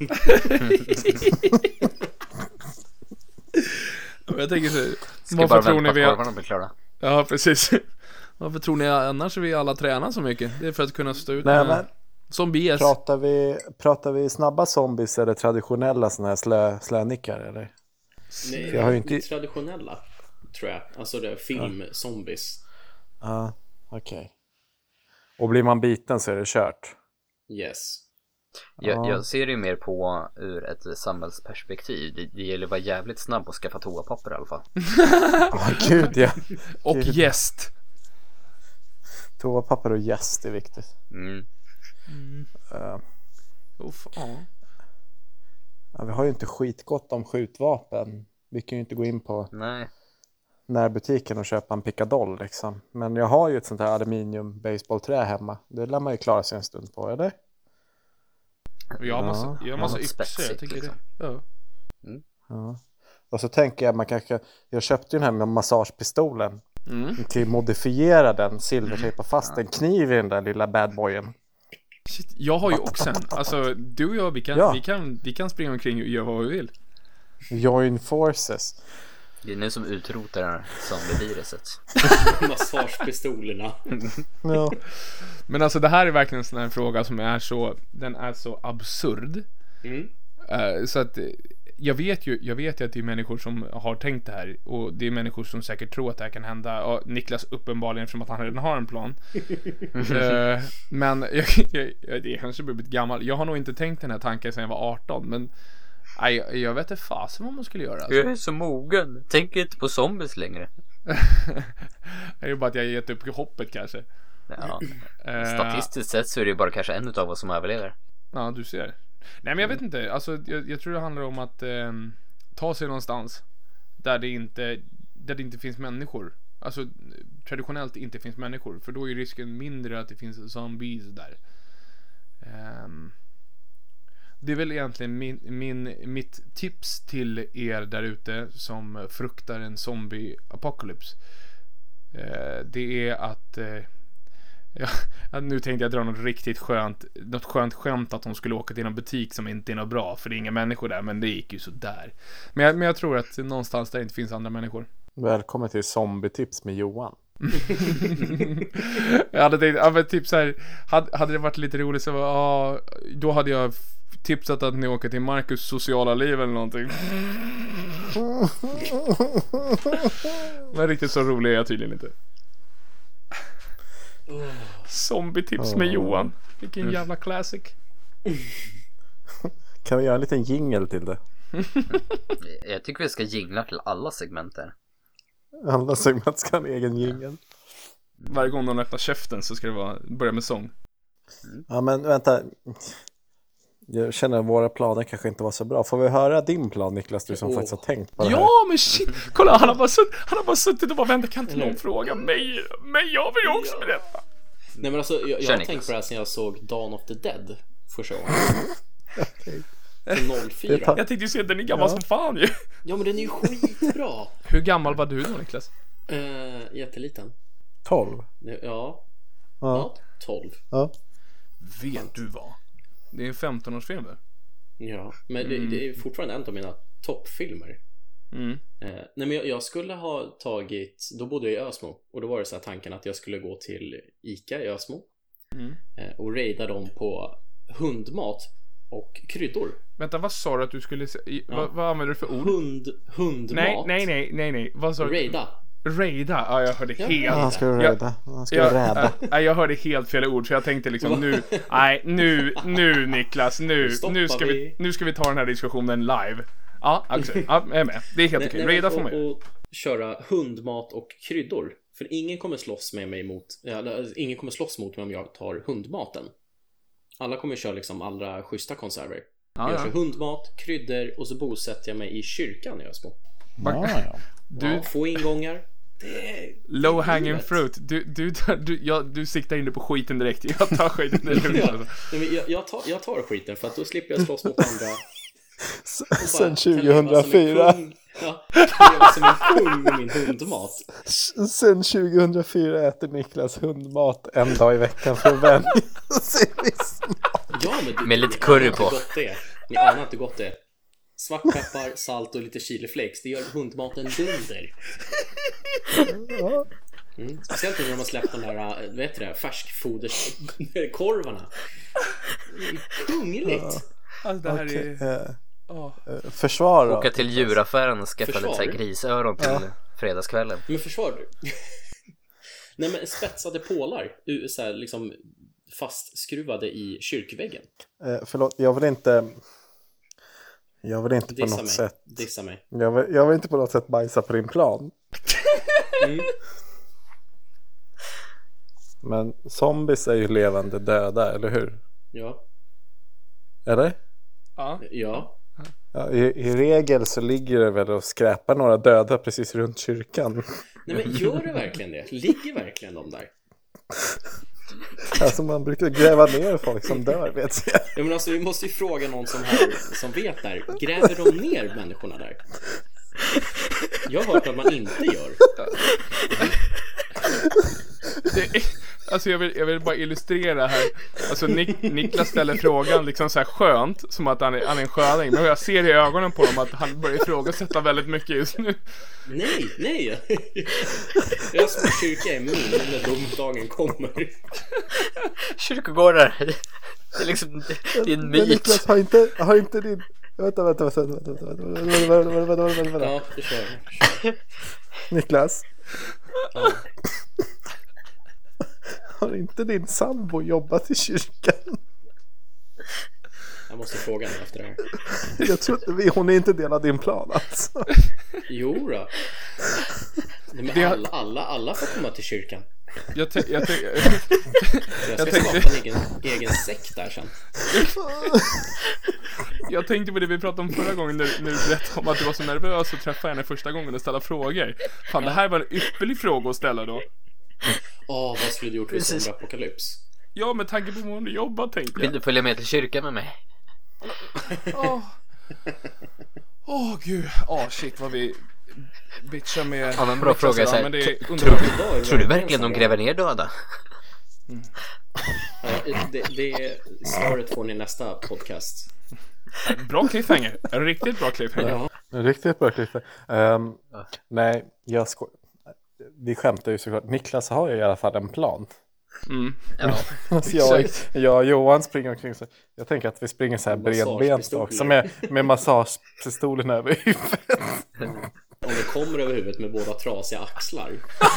Jag tänker så. Ska bara vänta på att korvarna blir klara. Ja, precis. Varför tror ni annars vi alla tränar så mycket? Det är för att kunna stå ut Nej, med men zombies. pratar vi snabba zombies eller traditionella såna här slönickar, eller? Nej, jag har ju inte... traditionella, tror jag. Alltså det är film-zombies. Ja, okej. Och blir man biten så är det kört. Yes. Jag ser det ju mer på ur ett samhällsperspektiv. Det gäller att vara jävligt snabb och skaffa toapapper i alla fall. Gud, ja. Och gäst. Toapapper och jäst är viktigt. Ja, vi har ju inte skitgott om skjutvapen. Vi kan ju inte gå in på närbutiken och köpa en pickadoll liksom. Men jag har ju ett sånt här aluminium baseballträ hemma. Det lär man ju klara sig en stund på, eller? Jag har massa yxor, jag tycker liksom. det. Ja. Och så tänker jag köpte ju den här med massagepistolen. Till modifiera den, silvertejpa fast en kniv i den där lilla badboyen. Shit, jag har ju också en. Alltså, du och jag, vi kan springa omkring och göra vad vi vill. Join forces. Det är nu som utrotar det här zombie-viruset. Massagepistolerna. Ja. Men alltså det här är verkligen en sån här fråga som är så absurd. Så att jag vet ju att det är människor som har tänkt det här. Och det är människor som säkert tror att det här kan hända. Och Niklas uppenbarligen, eftersom att han redan har en plan. Men det kanske blir lite gammal. Jag har nog inte tänkt den här tanken sedan jag var 18. Men jag vet inte fasen vad man skulle göra alltså. Jag är så mogen. Tänk inte på zombies längre. Det är ju bara att jag har gett upp hoppet kanske. Ja. Statistiskt sett så är det ju bara kanske en utav oss som överlever. Ja, du ser. Nej, men jag vet inte. Alltså, jag tror det handlar om att ta sig någonstans där det inte finns människor. Alltså traditionellt inte finns människor. För då är risken mindre att det finns zombies där. Det är väl egentligen mitt tips till er där ute som fruktar en zombie-apocalypse. Det är att nu tänkte jag dra något skönt skämt att de skulle åka till en butik som inte är något bra, för det är inga människor där, men det gick ju så där. Men jag tror att någonstans där inte finns andra människor. Välkommen till Zombie-tips med Johan. Jag hade tänkt, typ så här, hade det varit lite roligt så då hade jag tipsat att ni åker till Marcus sociala liv eller någonting. Men riktigt så rolig är jag tydligen inte. Zombie-tips med Johan. Vilken jävla classic. Kan vi göra en liten jingle till det? Jag tycker vi ska jingla till alla segmenter. Alla segment ska ha en egen jingle. Varje gång de öppnar käften så ska det börja med sång. Ja, men vänta. Jag känner att våra planer kanske inte var så bra. Får vi höra din plan, Niklas, du som faktiskt har tänkt på det här? Ja, men shit. Kolla, han har bara suttit och bara väntat. Kan inte någon fråga mig? Men jag vill ju också berätta. Nej, men alltså, jag har tänkt på det här sen jag såg Dawn of the Dead första gången. Okay. 04. Jag tänkte ju se att den är gammal som fan ju. Ja, men den är ju skitbra. Hur gammal var du då, Niklas? Jätteliten. 12? Ja, 12. Ja. Vet du vad? Det är en 15-årsfilm. Ja, men det är fortfarande en av mina toppfilmer. Nej, men jag skulle ha tagit, då bodde jag i Ösmo, och då var det så här tanken att jag skulle gå till Ica i Ösmo och raida dem på hundmat och kryddor. Vänta, vad sa du att du skulle vad använder du för ord? Hundmat. Nej. Vad sa du? Raida? Ja, jag hörde helt. Han ska rädda. Jag hörde helt fel ord, så jag tänkte liksom nu Niklas, nu ska vi ta den här diskussionen live. Ja, Axel, jag är med. Det är helt okej. Raida får man ju. Och köra hundmat och kryddor. För ingen kommer slåss med mig ingen kommer slåss mot mig om jag tar hundmaten. Alla kommer köra liksom allra schyssta konserver. Jag kör hundmat, kryddor och så bosätter jag mig i kyrkan när jag är små. Du få ingångar. low hanging fruit. Du siktar in dig på skiten direkt. Jag tar skiten direkt. Jag tar skiten för att då slipper jag slåss mot andra. Sen 2004. Ja, jag var som en kung med min hundmat. Sen 2004 äter Niklas hundmat en dag i veckan för att vänja sig vid smak. Ja, men med lite curry på. Ni anar inte gott det. Svartpeppar, salt och lite chiliflakes. Det gör hundmaten dunder. Speciellt när de har släppt de där färskfoderskorvarna. Kungligt. Alltså det här är försvar då. Åka till djuraffären och skaffa lite så här grisöron till fredagskvällen. Men försvar du. Nej, men spetsade pålar så här, liksom fastskruvade i kyrkväggen. Förlåt, jag vill inte på något sätt dissa mig. Jag vill inte på något sätt bajsa på din plan. Men zombies är ju levande döda, eller hur? Ja. Eller? Ja. Ja, i regel så ligger det väl och skräpar några döda precis runt kyrkan. Nej, men gör det verkligen det? Ligger verkligen de där? Alltså man brukar gräva ner folk som dör, vet jag. Ja, men alltså vi måste ju fråga någon som vet där. Gräver de ner människorna där? Jag har hört att man inte gör. Alltså jag vill bara illustrera här. Alltså Niklas ställer frågan liksom så här skönt, som att han är en sköning. Men jag ser i ögonen på honom att han börjar ifrågasätta väldigt mycket just nu. Nej. Jag som kyrka är min när domdagen kommer. Kyrkogårdar. Det är liksom, det är en myt. Niklas har inte din... Vänta. Ja, det kör. Niklas. Ja. Har inte din sambo jobbat i kyrkan? Jag måste fråga henne efter det här. Jag tror inte hon är inte del av din plan alltså. Jo då. Men alla får komma till kyrkan. Jag ska tänkte skapa en egen sekt där sen. Jag tänkte på det vi pratade om förra gången när du berättade om att du var så nervös att träffa henne första gången och ställa frågor. Fan, det här var en ypperlig fråga att ställa då. Vad skulle du gjort vid zombie-apokalyps? Ja, med tanke på hur du jobbar, tänkte jag. Vill du följa med till kyrkan med mig? Gud. Shit vad vi bitchar med. Ja, men bra fråga så här. Men det är tror du verkligen de gräver ner döda? Det svaret får ni nästa podcast. Bra cliffhanger. En riktigt bra cliffhanger. Ja. En riktigt bra cliffhanger. Nej, vi skämtar ju såklart. Niklas har ju i alla fall en plan. Ja. Så jag och Johan springer omkring så jag tänker att vi springer så här bredbent också med massagepistolen över huvudet. Om det kommer över huvudet med båda trasiga axlar.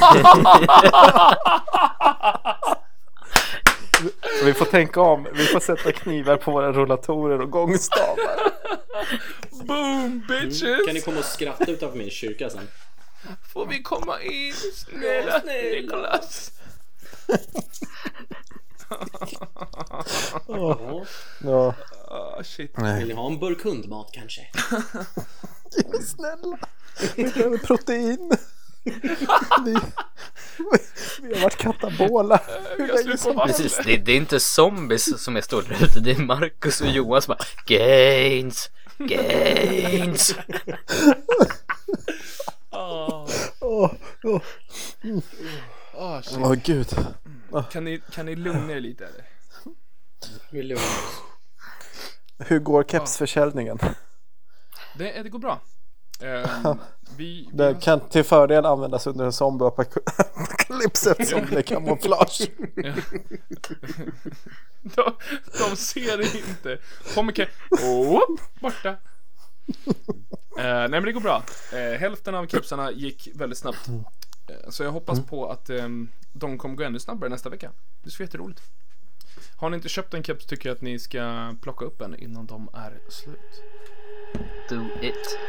Så vi får tänka om. Vi får sätta knivar på våra rullatorer och gångstavar. Boom, bitches! Kan ni komma och skratta utanför min kyrka sen? Får vi komma in? Snälla Niklas. Shit. Vill ni ha en burk hundmat kanske? Snälla. Vi behöver protein. Vi har varit katabola. Precis, det är inte zombies som är står där ute. Det är Marcus och Johan som bara Gains. Gud. Kan ni lugna er lite eller? Vi lugnar oss. Hur går kepsförsäljningen? Det går bra. Det kan till fördel användas under en zombie-apokalyps eftersom det är kamouflage. De ser det inte. Borta. Nej, men det går bra. Hälften av kepsarna gick väldigt snabbt. Så jag hoppas på att de kommer gå ännu snabbare nästa vecka. Det är jätteroligt. Har ni inte köpt en keps tycker jag att ni ska plocka upp en innan de är slut. Do it.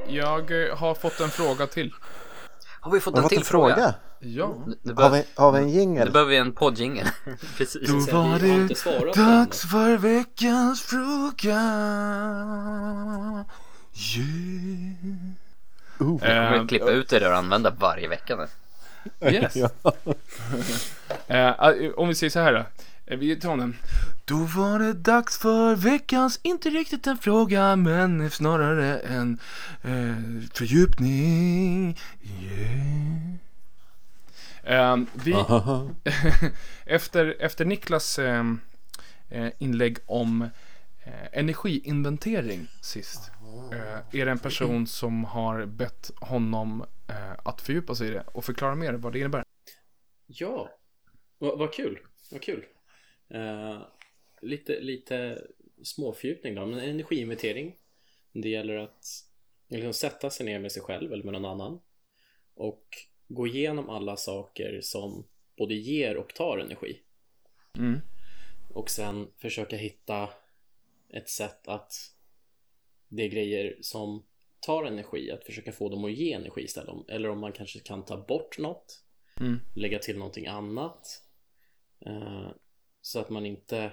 Jag har fått en fråga till. Har vi fått Har en du fått till en fråga? Ja. Har vi en jingle? Nu behöver vi en poddjingel. Precis. Då Så var vi har det inte svarat på den. dags för veckans fråga. Yeah. Vi kommer klippa ut det och använda varje vecka nu. Yes. Om vi säger så här då. Vi tar den. Då var det dags för veckans, inte riktigt en fråga, men snarare en fördjupning. Yeah. Vi efter Niklas inlägg om energiinventering sist, är det en person som har bett honom att fördjupa sig i det och förklara mer vad det innebär. Ja, vad kul. Vad kul. Lite småfördjupning då. Men energiinventering, det gäller att liksom sätta sig ner med sig själv eller med någon annan och gå igenom alla saker som både ger och tar energi. Och sen försöka hitta ett sätt att det är grejer som tar energi, att försöka få dem att ge energi istället. Eller om man kanske kan ta bort något, lägga till någonting annat, så att man inte,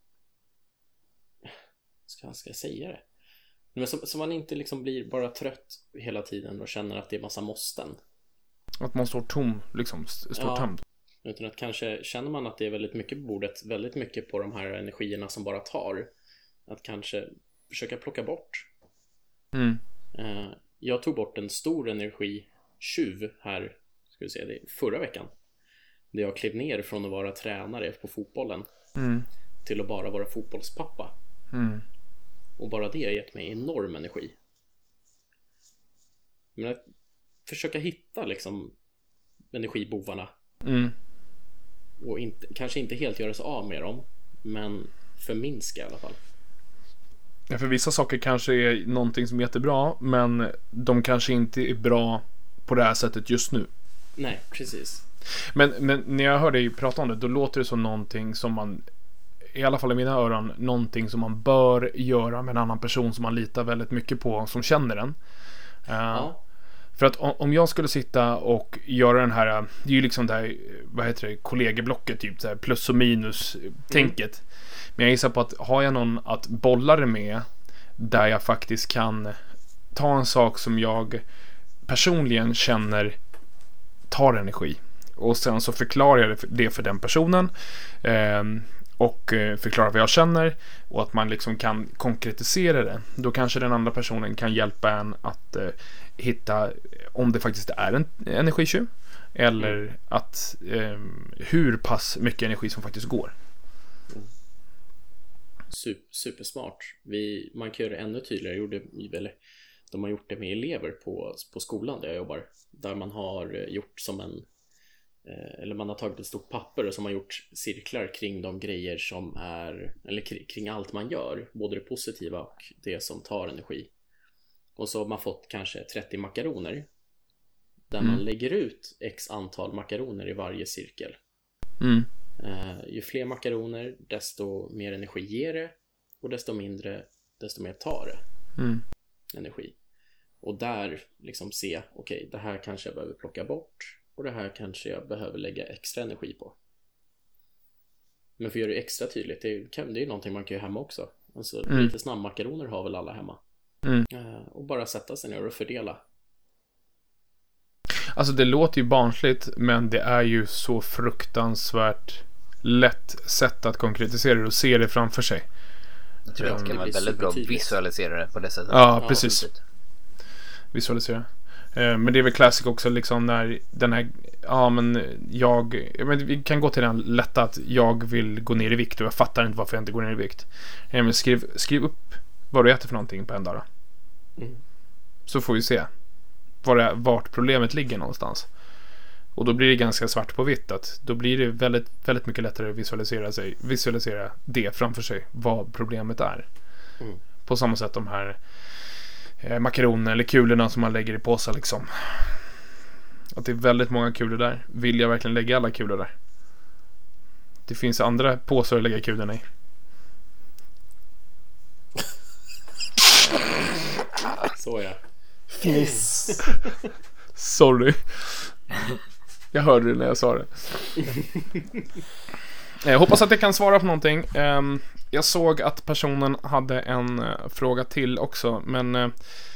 ska jag säga det, men så man inte liksom blir bara trött hela tiden och känner att det är massa måsten. Att man står tom, liksom, tömd. Utan att kanske känner man att det är väldigt mycket på bordet, väldigt mycket på de här energierna som bara tar, att kanske försöka plocka bort. Jag tog bort en stor energitjuv här, ska vi säga det, förra veckan, där jag klev ner från att vara tränare på fotbollen till att bara vara fotbollspappa. Och bara det har gett mig enorm energi. Men att försöka hitta liksom energibovarna och kanske inte helt göra sig av med dem, men förminska i alla fall. Ja, för vissa saker kanske är någonting som är jättebra, men de kanske inte är bra på det här sättet just nu. Nej, precis. Men när jag hör dig prata om det, då låter det som någonting som man, i alla fall i mina öron, någonting som man bör göra med en annan person som man litar väldigt mycket på, som känner den. Ja. För att om jag skulle sitta och göra den här, det är ju liksom det här, vad heter det, kollegieblocket, typ så här plus och minus tänket. Men jag gissar på att har jag någon att bolla det med, där jag faktiskt kan ta en sak som jag personligen känner tar energi, och sen så förklarar jag det för den personen, och förklarar vad jag känner, och att man liksom kan konkretisera det, då kanske den andra personen kan hjälpa en att hitta om det faktiskt är en energitjuv, eller att hur pass mycket energi som faktiskt går. Supersmart. Man kan göra det ännu tydligare. De har gjort det med elever på skolan där jag jobbar, där man har gjort som eller man har tagit ett stort papper och som har gjort cirklar kring de grejer som är, eller kring allt man gör, både det positiva och det som tar energi. Och så har man fått kanske 30 makaroner där man lägger ut x antal makaroner i varje cirkel. Ju fler makaroner, desto mer energi ger det, och desto mindre, desto mer tar det energi. Och där liksom se, okej, det här kanske jag behöver plocka bort, och det här kanske jag behöver lägga extra energi på. Men för att göra det extra tydligt, det är ju någonting man kan göra hemma också. Alltså lite snabbmakaroner har väl alla hemma. Och bara sätta sig ner och fördela. Alltså det låter ju barnsligt, men det är ju så fruktansvärt lätt sätt att konkretisera det och se det framför sig. Jag tror att det kan vara väldigt bra att visualisera det på det sättet. Ja, precis. Visualisera. Men det är väl classic också, liksom när den här, vi kan gå till den lätta, att jag vill gå ner i vikt och jag fattar inte varför jag inte går ner i vikt. Men skriv upp vad du äter för någonting på en dag då. Så får vi se vart problemet ligger någonstans. Och då blir det ganska svart på vitt, att då blir det väldigt, väldigt mycket lättare att visualisera det framför sig, vad problemet är. På samma sätt de här makaroner eller kulorna som man lägger i påsar liksom. Att det är väldigt många kulor där. Vill jag verkligen lägga alla kulor där? Det finns andra påsar att lägga kulorna i. Så ja. Fniss. Sorry. Jag hörde det när jag sa det. Jag hoppas att jag kan svara på någonting. Jag såg att personen hade en fråga till också, men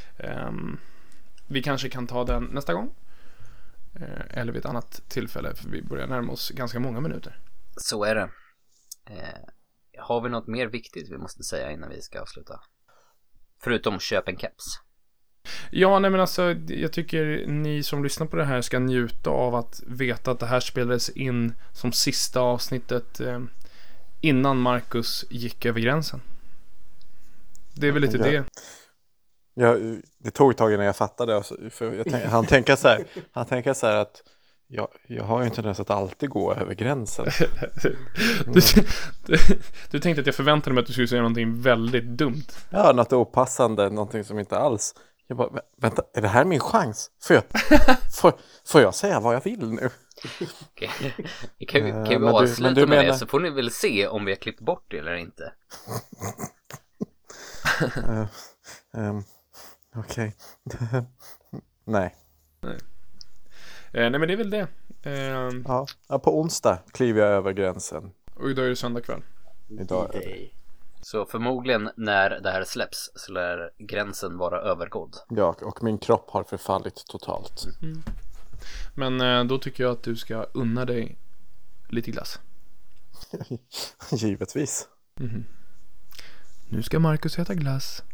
vi kanske kan ta den nästa gång. Eller vid ett annat tillfälle, för vi börjar närma oss ganska många minuter. Så är det. Har vi något mer viktigt vi måste säga innan vi ska avsluta? Förutom köp en keps. Ja, nej men alltså, jag tycker ni som lyssnar på det här ska njuta av att veta att det här spelades in som sista avsnittet innan Marcus gick över gränsen. Det är väl lite det. Ja, det tog ett tag innan jag fattade. Alltså, för han tänker så här att jag har ju en tendens att alltid gå över gränsen. Du tänkte att jag förväntade mig att du skulle säga någonting väldigt dumt. Ja, något opassande, någonting som inte alls. Jag bara, vänta, är det här min chans? Får jag säga vad jag vill nu? Kan vi avsluta med det, så får ni väl se om vi har klippt bort det eller inte. Okej. Nej. Nej, men det är väl det. Ja, på onsdag kliver jag över gränsen. Och idag är det söndag kväll. Idag. Så förmodligen när det här släpps så lär gränsen vara övergådd. Ja, och min kropp har förfallit totalt. Men då tycker jag att du ska unna dig lite glass. Givetvis. Nu ska Marcus äta glass.